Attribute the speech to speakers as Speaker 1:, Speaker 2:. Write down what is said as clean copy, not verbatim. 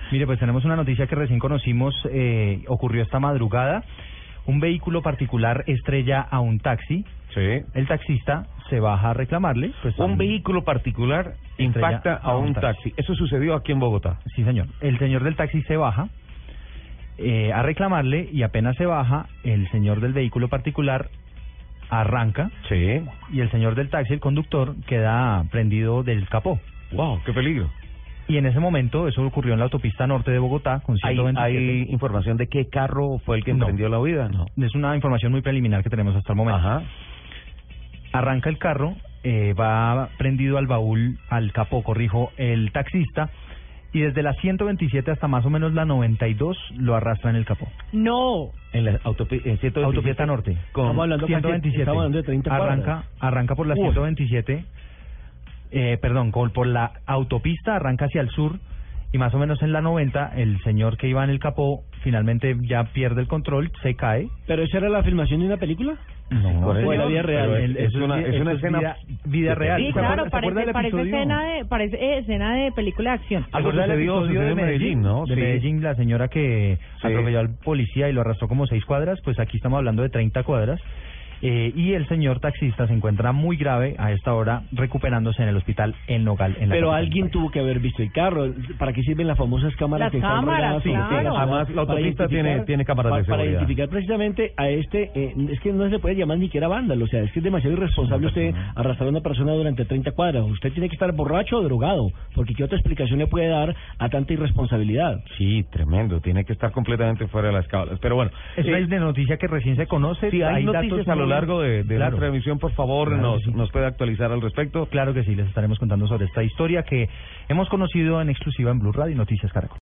Speaker 1: Mire, pues tenemos una noticia que recién conocimos, ocurrió esta madrugada. Un vehículo particular estrella a un taxi.
Speaker 2: Sí.
Speaker 1: El taxista se baja a reclamarle. Pues,
Speaker 2: un vehículo particular impacta a un taxi. Eso sucedió aquí en Bogotá.
Speaker 1: Sí, señor. El señor del taxi se baja a reclamarle y apenas se baja, el señor del vehículo particular arranca.
Speaker 2: Sí.
Speaker 1: Y el señor del taxi, el conductor, queda prendido del capó.
Speaker 2: ¡Wow! ¡Qué peligro!
Speaker 1: Y en ese momento, eso ocurrió en la autopista norte de Bogotá, con 127.
Speaker 2: ¿Hay información de qué carro fue el que emprendió la huida? No.
Speaker 1: Es una información muy preliminar que tenemos hasta el momento.
Speaker 2: Ajá.
Speaker 1: Arranca el carro, va prendido al baúl, al capó, corrijo, el taxista, y desde la 127 hasta más o menos la 92 lo arrastra en el capó.
Speaker 3: ¡No!
Speaker 2: En la autopista
Speaker 1: norte.
Speaker 2: Con
Speaker 3: estamos hablando
Speaker 1: 127.
Speaker 3: Estamos hablando de 30 cuadras.
Speaker 1: Arranca por la 127. Por la autopista arranca hacia el sur y más o menos en la 90 el señor que iba en el capó finalmente ya pierde el control, se cae.
Speaker 3: ¿Pero esa era la filmación de una película?
Speaker 1: No,
Speaker 3: ¿O era vida real?
Speaker 2: Es una escena
Speaker 1: vida real.
Speaker 4: Sí, claro, parece escena de película de acción.
Speaker 2: Algo sucedió en Medellín, ¿no?
Speaker 1: De Medellín, la señora que atropelló al policía y lo arrastró como 6 cuadras, pues aquí estamos hablando de 30 cuadras. Y el señor taxista se encuentra muy grave a esta hora, recuperándose en el hospital en Nogal.
Speaker 3: Pero alguien tuvo que haber visto el carro. ¿Para qué sirven las famosas cámaras?
Speaker 4: Las cámaras, claro.
Speaker 2: Además, la autopista tiene cámaras de seguridad.
Speaker 3: Para identificar precisamente a es que no se puede llamar ni siquiera vándalo. O sea, es que es demasiado irresponsable usted arrastrar a una persona durante 30 cuadras. Usted tiene que estar borracho o drogado, porque ¿qué otra explicación le puede dar a tanta irresponsabilidad?
Speaker 2: Sí, tremendo. Tiene que estar completamente fuera de las cámaras. Pero bueno,
Speaker 1: es una noticia que recién se conoce.
Speaker 2: Si hay noticias a lo largo de nuestra emisión, por favor, nos puede actualizar al respecto.
Speaker 1: Claro que sí, les estaremos contando sobre esta historia que hemos conocido en exclusiva en Blue Radio y Noticias Caracol.